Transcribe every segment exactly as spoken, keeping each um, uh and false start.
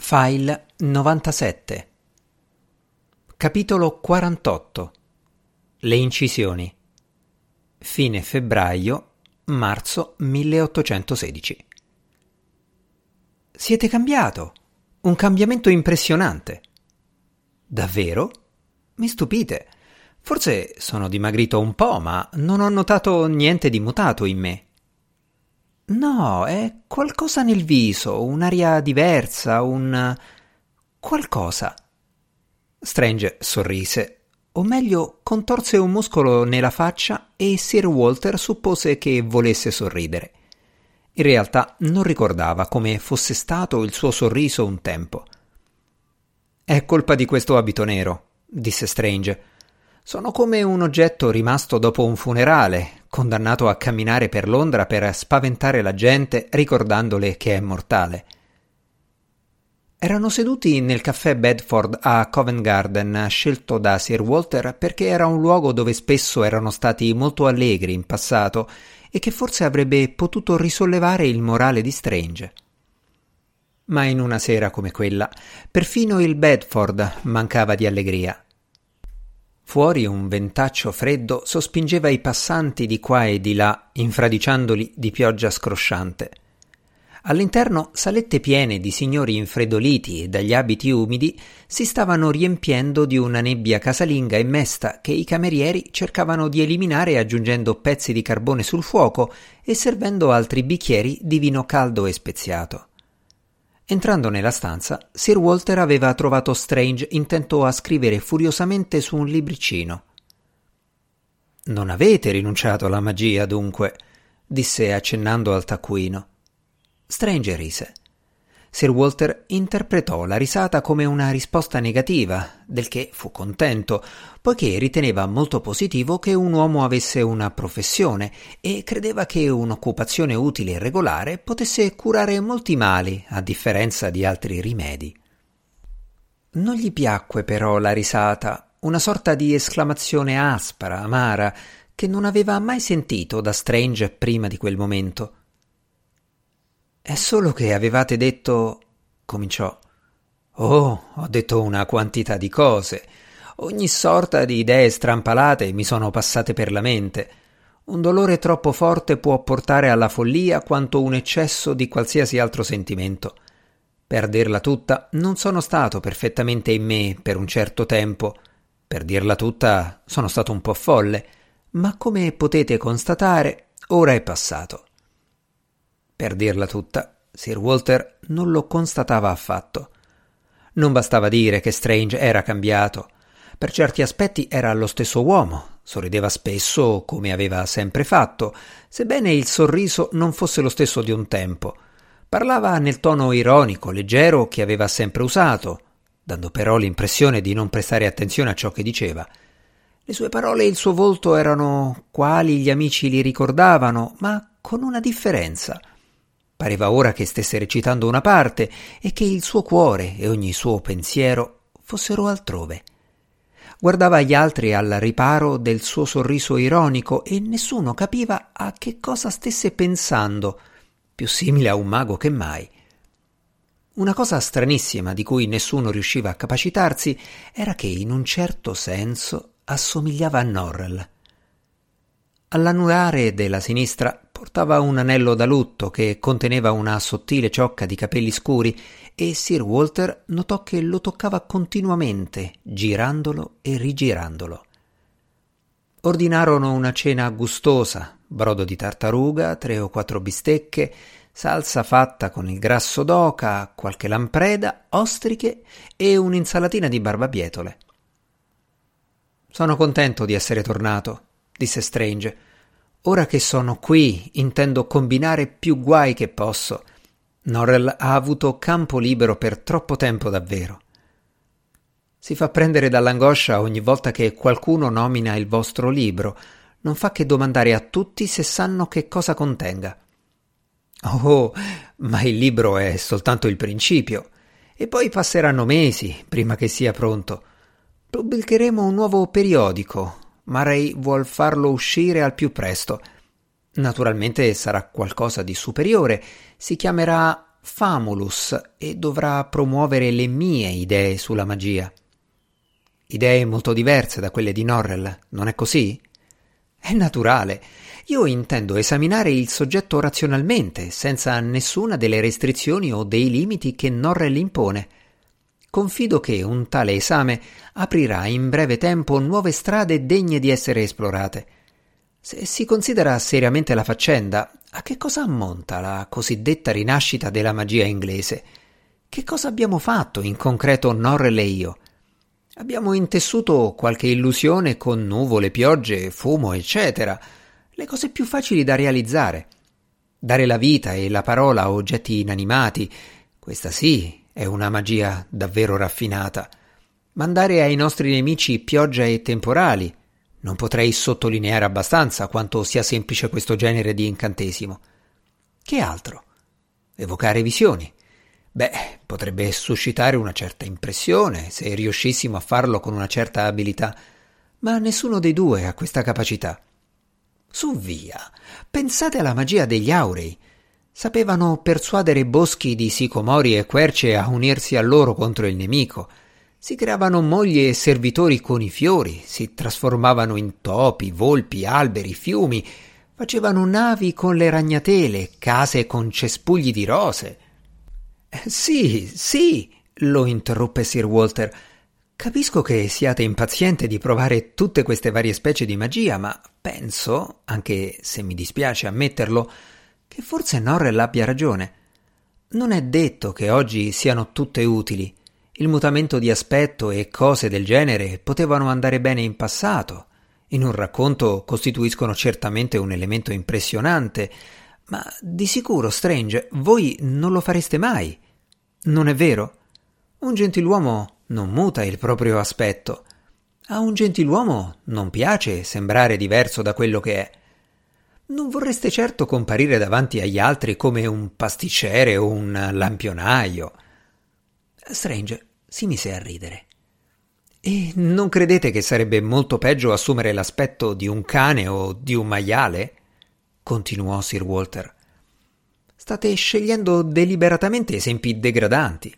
File novantasette. Capitolo quarantotto. Le incisioni. Fine febbraio, marzo milleottocentosedici. Siete cambiato. Un cambiamento impressionante. Davvero? Mi stupite. Forse sono dimagrito un po', ma non ho notato niente di mutato in me. No, è qualcosa nel viso, un'aria diversa, un... qualcosa. Strange sorrise, o meglio, contorse un muscolo nella faccia e Sir Walter suppose che volesse sorridere. In realtà non ricordava come fosse stato il suo sorriso un tempo. È colpa di questo abito nero, disse Strange. Sono come un oggetto rimasto dopo un funerale, condannato a camminare per Londra per spaventare la gente ricordandole che è mortale. Erano seduti nel caffè Bedford a Covent Garden, scelto da Sir Walter perché era un luogo dove spesso erano stati molto allegri in passato e che forse avrebbe potuto risollevare il morale di Strange. Ma in una sera come quella, perfino il Bedford mancava di allegria. Fuori un ventaccio freddo sospingeva i passanti di qua e di là, infradiciandoli di pioggia scrosciante. All'interno salette piene di signori infreddoliti e dagli abiti umidi si stavano riempiendo di una nebbia casalinga e mesta che i camerieri cercavano di eliminare aggiungendo pezzi di carbone sul fuoco e servendo altri bicchieri di vino caldo e speziato. Entrando nella stanza, Sir Walter aveva trovato Strange intento a scrivere furiosamente su un libricino. «Non avete rinunciato alla magia, dunque», disse accennando al taccuino. Strange rise. Sir Walter interpretò la risata come una risposta negativa, del che fu contento, poiché riteneva molto positivo che un uomo avesse una professione e credeva che un'occupazione utile e regolare potesse curare molti mali, a differenza di altri rimedi. Non gli piacque però la risata, una sorta di esclamazione aspra, amara, che non aveva mai sentito da Strange prima di quel momento. «È solo che avevate detto...» cominciò. «Oh, ho detto una quantità di cose. Ogni sorta di idee strampalate mi sono passate per la mente. Un dolore troppo forte può portare alla follia quanto un eccesso di qualsiasi altro sentimento. Per dirla tutta, non sono stato perfettamente in me per un certo tempo. Per dirla tutta, sono stato un po' folle, ma come potete constatare, ora è passato». Per dirla tutta, Sir Walter non lo constatava affatto. Non bastava dire che Strange era cambiato. Per certi aspetti era lo stesso uomo, sorrideva spesso come aveva sempre fatto, sebbene il sorriso non fosse lo stesso di un tempo. Parlava nel tono ironico, leggero che aveva sempre usato, dando però l'impressione di non prestare attenzione a ciò che diceva. Le sue parole e il suo volto erano quali gli amici li ricordavano, ma con una differenza. Pareva ora che stesse recitando una parte e che il suo cuore e ogni suo pensiero fossero altrove. Guardava gli altri al riparo del suo sorriso ironico e nessuno capiva a che cosa stesse pensando, più simile a un mago che mai. Una cosa stranissima di cui nessuno riusciva a capacitarsi era che in un certo senso assomigliava a Norrell. All'anulare della sinistra portava un anello da lutto che conteneva una sottile ciocca di capelli scuri e Sir Walter notò che lo toccava continuamente, girandolo e rigirandolo. Ordinarono una cena gustosa, brodo di tartaruga, tre o quattro bistecche, salsa fatta con il grasso d'oca, qualche lampreda, ostriche e un'insalatina di barbabietole. «Sono contento di essere tornato», disse Strange. «Ora che sono qui intendo combinare più guai che posso. Norrell ha avuto campo libero per troppo tempo davvero. Si fa prendere dall'angoscia ogni volta che qualcuno nomina il vostro libro. Non fa che domandare a tutti se sanno che cosa contenga». «Oh, ma il libro è soltanto il principio. E poi passeranno mesi prima che sia pronto. Pubblicheremo un nuovo periodico. Murray vuol farlo uscire al più presto. Naturalmente sarà qualcosa di superiore. Si chiamerà Famulus e dovrà promuovere le mie idee sulla magia. Idee molto diverse da quelle di Norrell, non è così? È naturale. Io intendo esaminare il soggetto razionalmente, senza nessuna delle restrizioni o dei limiti che Norrell impone. Confido che un tale esame aprirà in breve tempo nuove strade degne di essere esplorate. Se si considera seriamente la faccenda, a che cosa ammonta la cosiddetta rinascita della magia inglese? Che cosa abbiamo fatto in concreto Norrell e io? Abbiamo intessuto qualche illusione con nuvole, piogge, fumo, eccetera, le cose più facili da realizzare. Dare la vita e la parola a oggetti inanimati, questa sì è una magia davvero raffinata. Mandare ai nostri nemici pioggia e temporali. Non potrei sottolineare abbastanza quanto sia semplice questo genere di incantesimo. Che altro? Evocare visioni. Beh, potrebbe suscitare una certa impressione se riuscissimo a farlo con una certa abilità, ma nessuno dei due ha questa capacità. Su via, pensate alla magia degli aurei. Sapevano persuadere boschi di sicomori e querce a unirsi a loro contro il nemico. Si creavano mogli e servitori con i fiori, si trasformavano in topi, volpi, alberi, fiumi, facevano navi con le ragnatele, case con cespugli di rose. Sì, sì, lo interruppe Sir Walter. Capisco che siate impaziente di provare tutte queste varie specie di magia, ma penso, anche se mi dispiace ammetterlo, che forse Norrell abbia ragione. Non è detto che oggi siano tutte utili. Il mutamento di aspetto e cose del genere potevano andare bene in passato. In un racconto costituiscono certamente un elemento impressionante, ma di sicuro, Strange, voi non lo fareste mai. Non è vero? Un gentiluomo non muta il proprio aspetto. A un gentiluomo non piace sembrare diverso da quello che è. Non vorreste certo comparire davanti agli altri come un pasticcere o un lampionaio. Strange si mise a ridere. E non credete che sarebbe molto peggio assumere l'aspetto di un cane o di un maiale? Continuò Sir Walter. State scegliendo deliberatamente esempi degradanti.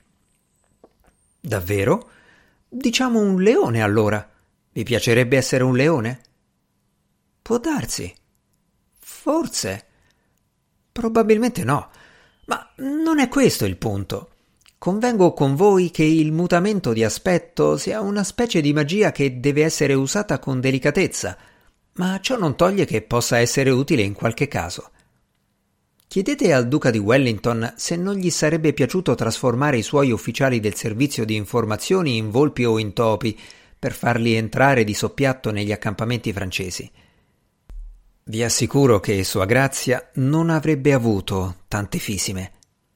Davvero? Diciamo un leone, allora. Vi piacerebbe essere un leone? Può darsi. Forse. Probabilmente no. Ma non è questo il punto. Convengo con voi che il mutamento di aspetto sia una specie di magia che deve essere usata con delicatezza, ma ciò non toglie che possa essere utile in qualche caso. Chiedete al duca di Wellington se non gli sarebbe piaciuto trasformare i suoi ufficiali del servizio di informazioni in volpi o in topi per farli entrare di soppiatto negli accampamenti francesi. Vi assicuro che Sua Grazia non avrebbe avuto tante fisime.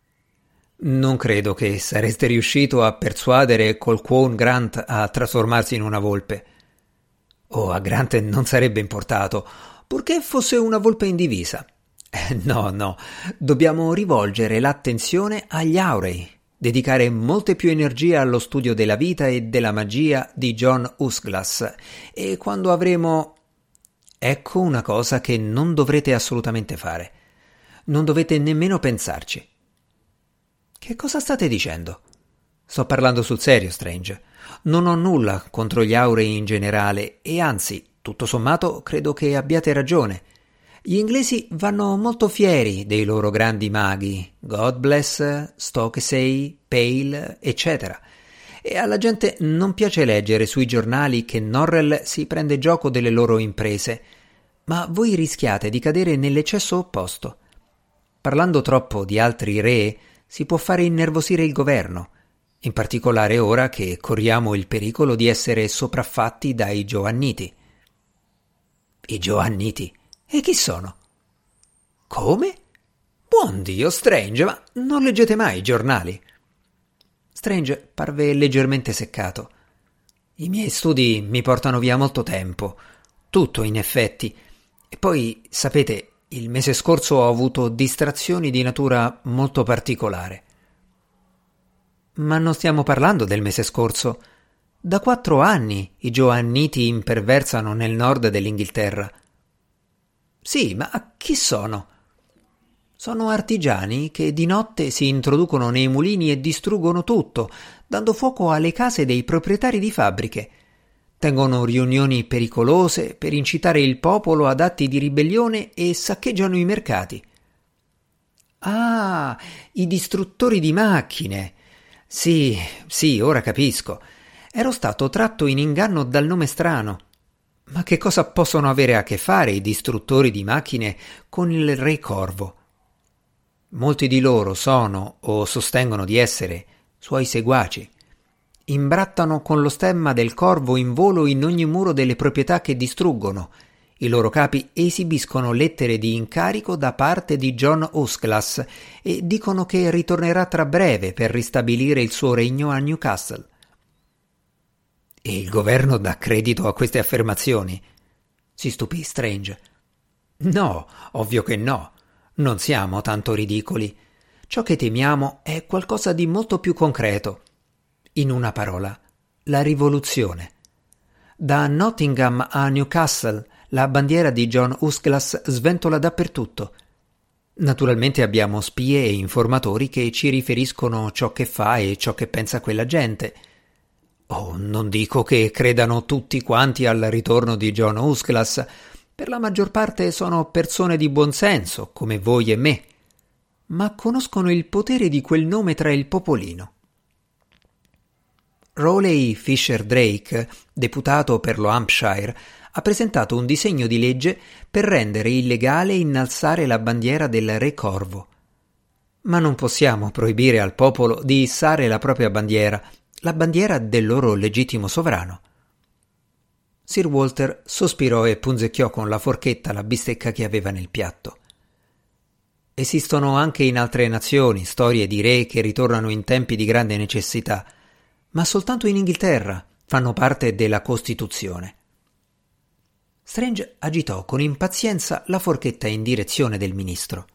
Non credo che sareste riuscito a persuadere Colquhoun Grant a trasformarsi in una volpe. Oh, a Grant non sarebbe importato, purché fosse una volpe in divisa. Eh, no, no, dobbiamo rivolgere l'attenzione agli aurei, dedicare molte più energie allo studio della vita e della magia di John Usglass, e quando avremo... Ecco una cosa che non dovrete assolutamente fare. Non dovete nemmeno pensarci. Che cosa state dicendo? Sto parlando sul serio, Strange. Non ho nulla contro gli aurei in generale e anzi, tutto sommato, credo che abbiate ragione. Gli inglesi vanno molto fieri dei loro grandi maghi, God Bless, Stokesay, Pale, eccetera. E alla gente non piace leggere sui giornali che Norrell si prende gioco delle loro imprese, ma voi rischiate di cadere nell'eccesso opposto. Parlando troppo di altri re, si può fare innervosire il governo, in particolare ora che corriamo il pericolo di essere sopraffatti dai Giovanniti. I Giovanniti? E chi sono? Come? Buon Dio, Strange, ma non leggete mai i giornali? Strange parve leggermente seccato. I miei studi mi portano via molto tempo, tutto in effetti, e poi, sapete, il mese scorso ho avuto distrazioni di natura molto particolare. Ma non stiamo parlando del mese scorso. Da quattro anni i Giovanniti imperversano nel nord dell'Inghilterra. Sì, ma chi sono? Sono artigiani che di notte si introducono nei mulini e distruggono tutto, dando fuoco alle case dei proprietari di fabbriche. Tengono riunioni pericolose per incitare il popolo ad atti di ribellione e saccheggiano i mercati. Ah, i distruttori di macchine. Sì, sì, ora capisco. Ero stato tratto in inganno dal nome strano. Ma che cosa possono avere a che fare i distruttori di macchine con il Re Corvo? Molti di loro sono, o sostengono di essere, suoi seguaci. Imbrattano con lo stemma del corvo in volo in ogni muro delle proprietà che distruggono. I loro capi esibiscono lettere di incarico da parte di John Usclas e dicono che ritornerà tra breve per ristabilire il suo regno a Newcastle. E il governo dà credito a queste affermazioni? Si stupì Strange. No, ovvio che no. Non siamo tanto ridicoli. Ciò che temiamo è qualcosa di molto più concreto. In una parola, la rivoluzione. Da Nottingham a Newcastle la bandiera di John Usclas sventola dappertutto. Naturalmente abbiamo spie e informatori che ci riferiscono ciò che fa e ciò che pensa quella gente. Oh, non dico che credano tutti quanti al ritorno di John Usclas. Per la maggior parte sono persone di buon senso, come voi e me, ma conoscono il potere di quel nome tra il popolino. Rowley Fisher Drake, deputato per lo Hampshire, ha presentato un disegno di legge per rendere illegale innalzare la bandiera del Re Corvo. Ma non possiamo proibire al popolo di issare la propria bandiera, la bandiera del loro legittimo sovrano. Sir Walter sospirò e punzecchiò con la forchetta la bistecca che aveva nel piatto. Esistono anche in altre nazioni storie di re che ritornano in tempi di grande necessità, ma soltanto in Inghilterra fanno parte della Costituzione. Strange agitò con impazienza la forchetta in direzione del ministro.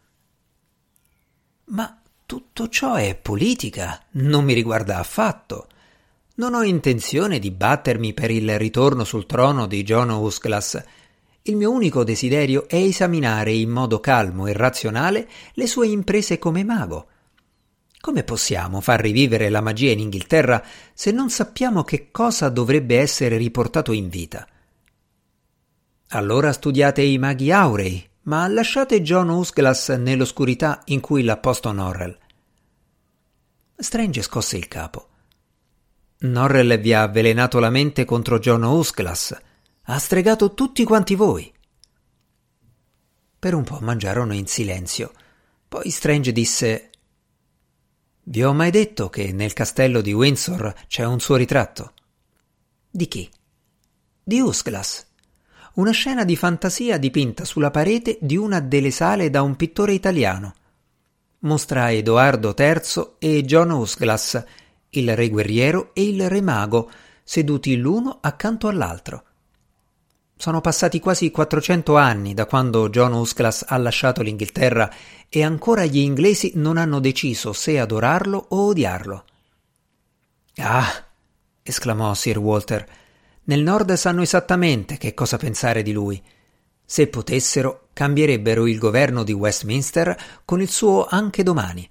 Ma tutto ciò è politica, non mi riguarda affatto. Non ho intenzione di battermi per il ritorno sul trono di John Usclas. Il mio unico desiderio è esaminare in modo calmo e razionale le sue imprese come mago. Come possiamo far rivivere la magia in Inghilterra se non sappiamo che cosa dovrebbe essere riportato in vita? Allora studiate i maghi aurei, ma lasciate John Usclas nell'oscurità in cui l'ha posto Norrell. Strange scosse il capo. Norrell vi ha avvelenato la mente contro John Usclas. Ha stregato tutti quanti voi. Per un po' mangiarono in silenzio. Poi Strange disse: Vi ho mai detto che nel castello di Windsor c'è un suo ritratto? Di chi? Di Usclas. Una scena di fantasia dipinta sulla parete di una delle sale da un pittore italiano. Mostra Edoardo terzo e John Usclas, il re guerriero e il re mago, seduti l'uno accanto all'altro. Sono passati quasi quattrocento anni da quando John Usclas ha lasciato l'Inghilterra e ancora gli inglesi non hanno deciso se adorarlo o odiarlo. Ah! Esclamò Sir Walter. Nel nord sanno esattamente che cosa pensare di lui. Se potessero, cambierebbero il governo di Westminster con il suo anche domani.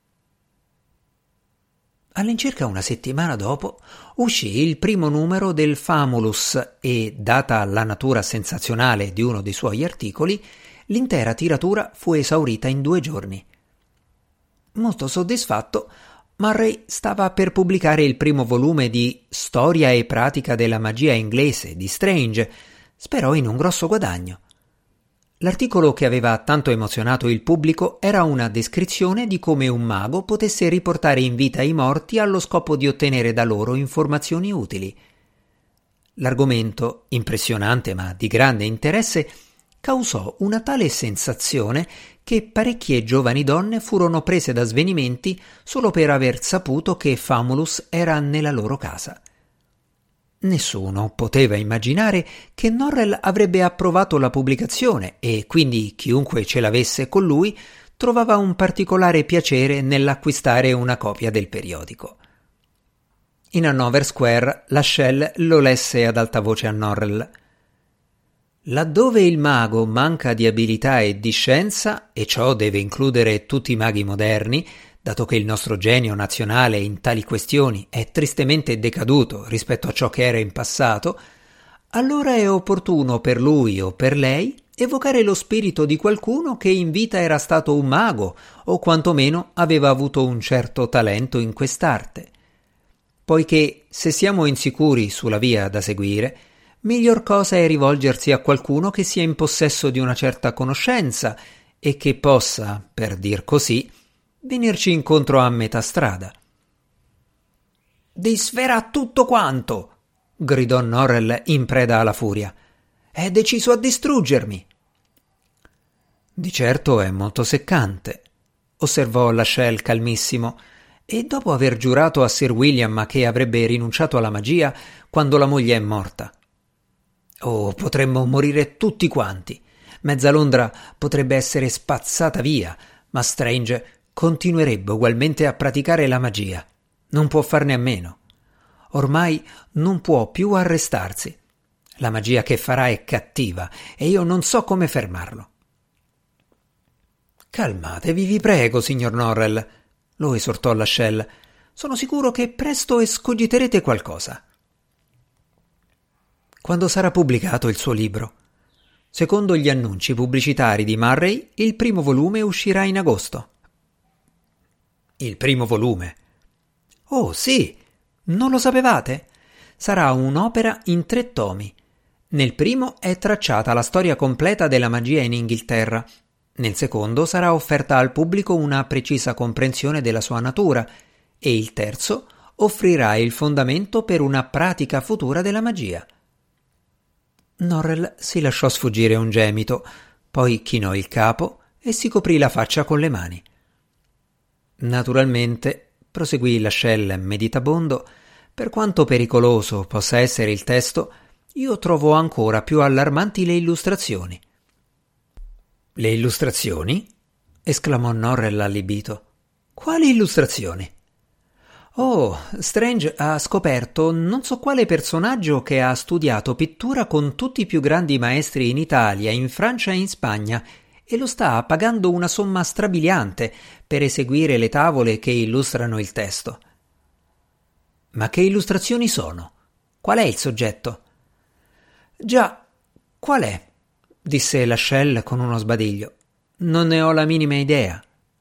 All'incirca una settimana dopo uscì il primo numero del Famulus e, data la natura sensazionale di uno dei suoi articoli, l'intera tiratura fu esaurita in due giorni. Molto soddisfatto, Murray stava per pubblicare il primo volume di Storia e pratica della magia inglese di Strange, sperò in un grosso guadagno. L'articolo che aveva tanto emozionato il pubblico era una descrizione di come un mago potesse riportare in vita i morti allo scopo di ottenere da loro informazioni utili. L'argomento, impressionante ma di grande interesse, causò una tale sensazione che parecchie giovani donne furono prese da svenimenti solo per aver saputo che Famulus era nella loro casa. Nessuno poteva immaginare che Norrell avrebbe approvato la pubblicazione e quindi chiunque ce l'avesse con lui trovava un particolare piacere nell'acquistare una copia del periodico. In Hanover Square la Shell lo lesse ad alta voce a Norrell. Laddove il mago manca di abilità e di scienza, e ciò deve includere tutti i maghi moderni, dato che il nostro genio nazionale in tali questioni è tristemente decaduto rispetto a ciò che era in passato, allora è opportuno per lui o per lei evocare lo spirito di qualcuno che in vita era stato un mago o quantomeno aveva avuto un certo talento in quest'arte. Poiché, se siamo insicuri sulla via da seguire, miglior cosa è rivolgersi a qualcuno che sia in possesso di una certa conoscenza e che possa, per dir così, venirci incontro a metà strada. «Disferà tutto quanto!» gridò Norrell in preda alla furia. «È deciso a distruggermi!» «Di certo è molto seccante», osservò Lascelles calmissimo, e dopo aver giurato a Sir William che avrebbe rinunciato alla magia quando la moglie è morta. «Oh, potremmo morire tutti quanti. Mezza Londra potrebbe essere spazzata via, ma Strange continuerebbe ugualmente a praticare la magia. Non può farne a meno. Ormai non può più arrestarsi. La magia che farà è cattiva e io non so come fermarlo». «Calmatevi, vi prego, signor Norrell», lo esortò Lascelles. «Sono sicuro che presto escogiterete qualcosa». «Quando sarà pubblicato il suo libro?» «Secondo gli annunci pubblicitari di Murray, il primo volume uscirà in agosto». «Il primo volume?» «Oh, sì! Non lo sapevate? Sarà un'opera in tre tomi. Nel primo è tracciata la storia completa della magia in Inghilterra. Nel secondo sarà offerta al pubblico una precisa comprensione della sua natura e il terzo offrirà il fondamento per una pratica futura della magia». Norrell si lasciò sfuggire un gemito, poi chinò il capo e si coprì la faccia con le mani. «Naturalmente», proseguì Lascelles meditabondo, «per quanto pericoloso possa essere il testo, io trovo ancora più allarmanti le illustrazioni». «Le illustrazioni?» esclamò Norrell allibito. «Quali illustrazioni?» «Oh, Strange ha scoperto non so quale personaggio che ha studiato pittura con tutti i più grandi maestri in Italia, in Francia e in Spagna e lo sta pagando una somma strabiliante per eseguire le tavole che illustrano il testo». «Ma che illustrazioni sono? Qual è il soggetto?» «Già, qual è?» disse Lascelles con uno sbadiglio. «Non ne ho la minima idea».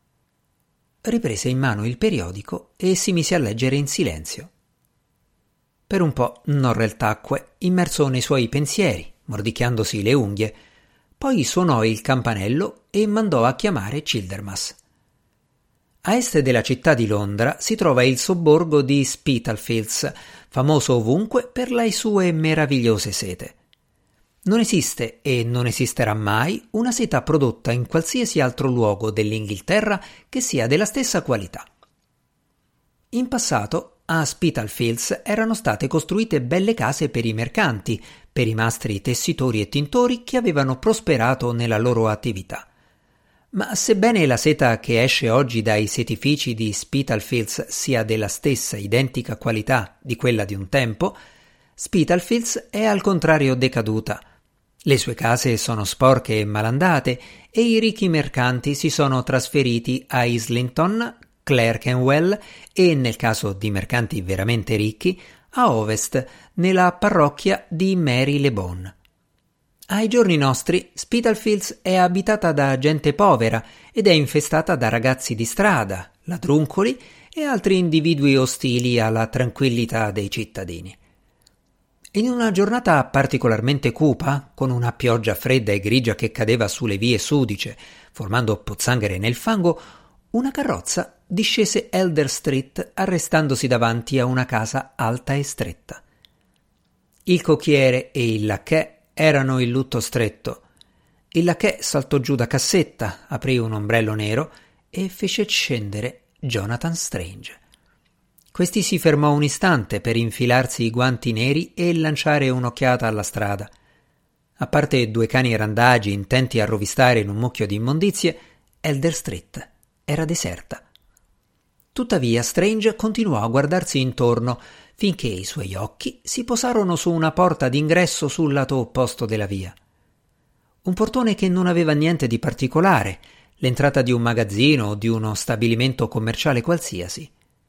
Riprese in mano il periodico e si mise a leggere in silenzio. Per un po' Norrell tacque, immerso nei suoi pensieri, mordicchiandosi le unghie. Poi suonò il campanello e mandò a chiamare Childermas. A est della città di Londra si trova il sobborgo di Spitalfields, famoso ovunque per le sue meravigliose sete. Non esiste e non esisterà mai una seta prodotta in qualsiasi altro luogo dell'Inghilterra che sia della stessa qualità. In passato a Spitalfields erano state costruite belle case per i mercanti, per i mastri tessitori e tintori che avevano prosperato nella loro attività. Ma sebbene la seta che esce oggi dai setifici di Spitalfields sia della stessa identica qualità di quella di un tempo, Spitalfields è al contrario decaduta. Le sue case sono sporche e malandate e i ricchi mercanti si sono trasferiti a Islington, Clerkenwell e, nel caso di mercanti veramente ricchi, a ovest, nella parrocchia di Mary-le-Bone. Ai giorni nostri Spitalfields è abitata da gente povera ed è infestata da ragazzi di strada, ladruncoli e altri individui ostili alla tranquillità dei cittadini. In una giornata particolarmente cupa, con una pioggia fredda e grigia che cadeva sulle vie sudice, formando pozzanghere nel fango, una carrozza discese Elder Street arrestandosi davanti a una casa alta e stretta. Il cocchiere e il lacchè erano in lutto stretto. Il lacchè saltò giù da cassetta, aprì un ombrello nero e fece scendere Jonathan Strange. Questi si fermò un istante per infilarsi i guanti neri e lanciare un'occhiata alla strada. A parte due cani randagi intenti a rovistare in un mucchio di immondizie, Elder Street era deserta. Tuttavia Strange continuò a guardarsi intorno finché i suoi occhi si posarono su una porta d'ingresso sul lato opposto della via. Un portone che non aveva niente di particolare, l'entrata di un magazzino o di uno stabilimento commerciale qualsiasi.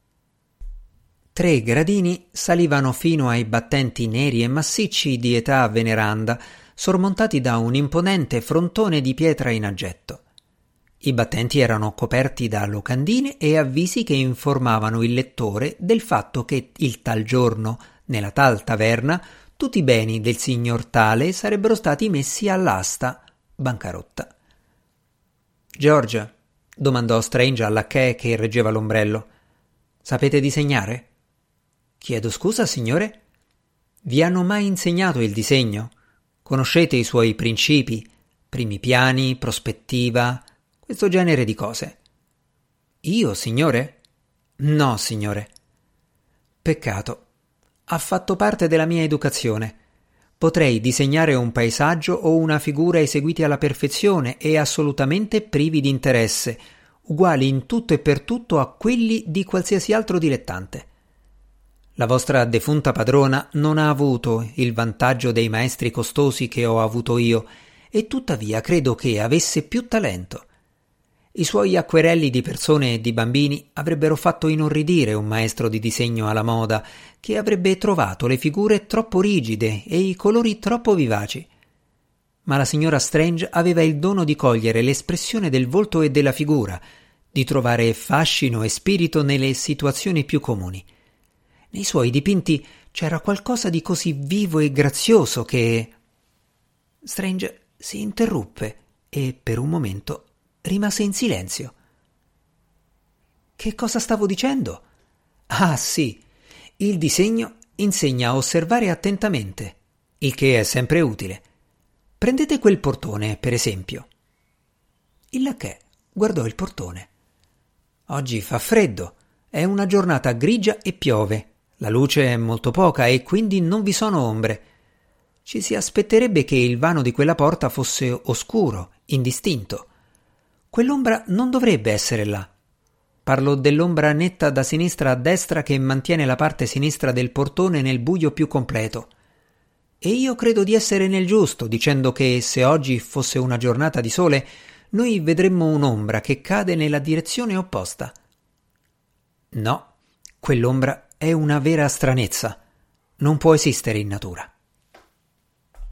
Tre gradini salivano fino ai battenti neri e massicci di età veneranda, sormontati da un imponente frontone di pietra in aggetto. I battenti erano coperti da locandine e avvisi che informavano il lettore del fatto che il tal giorno, nella tal taverna, tutti i beni del signor tale sarebbero stati messi all'asta, bancarotta. «George», domandò Strange al lacchè che reggeva l'ombrello, «sapete disegnare?» «Chiedo scusa, signore?» «Vi hanno mai insegnato il disegno? Conoscete i suoi principi, primi piani, prospettiva, questo genere di cose?» «Io, signore?» «No, signore». «Peccato. Ha fatto parte della mia educazione. Potrei disegnare un paesaggio o una figura eseguiti alla perfezione e assolutamente privi di interesse, uguali in tutto e per tutto a quelli di qualsiasi altro dilettante. La vostra defunta padrona non ha avuto il vantaggio dei maestri costosi che ho avuto io, e tuttavia credo che avesse più talento. I suoi acquerelli di persone e di bambini avrebbero fatto inorridire un maestro di disegno alla moda, che avrebbe trovato le figure troppo rigide e i colori troppo vivaci. Ma la signora Strange aveva il dono di cogliere l'espressione del volto e della figura, di trovare fascino e spirito nelle situazioni più comuni. Nei suoi dipinti c'era qualcosa di così vivo e grazioso che... Strange si interruppe e per un momento rimase in silenzio. Che cosa stavo dicendo? Ah, sì, il disegno insegna a osservare attentamente, il che è sempre utile. Prendete quel portone, per esempio. Il lacchè guardò il portone. Oggi fa freddo, è una giornata grigia e piove, la luce è molto poca e quindi non vi sono ombre. Ci si aspetterebbe che il vano di quella porta fosse oscuro, indistinto. Quell'ombra non dovrebbe essere là. Parlo dell'ombra netta da sinistra a destra che mantiene la parte sinistra del portone nel buio più completo. E io credo di essere nel giusto dicendo che se oggi fosse una giornata di sole, noi vedremmo un'ombra che cade nella direzione opposta. No, quell'ombra è una vera stranezza. Non può esistere in natura.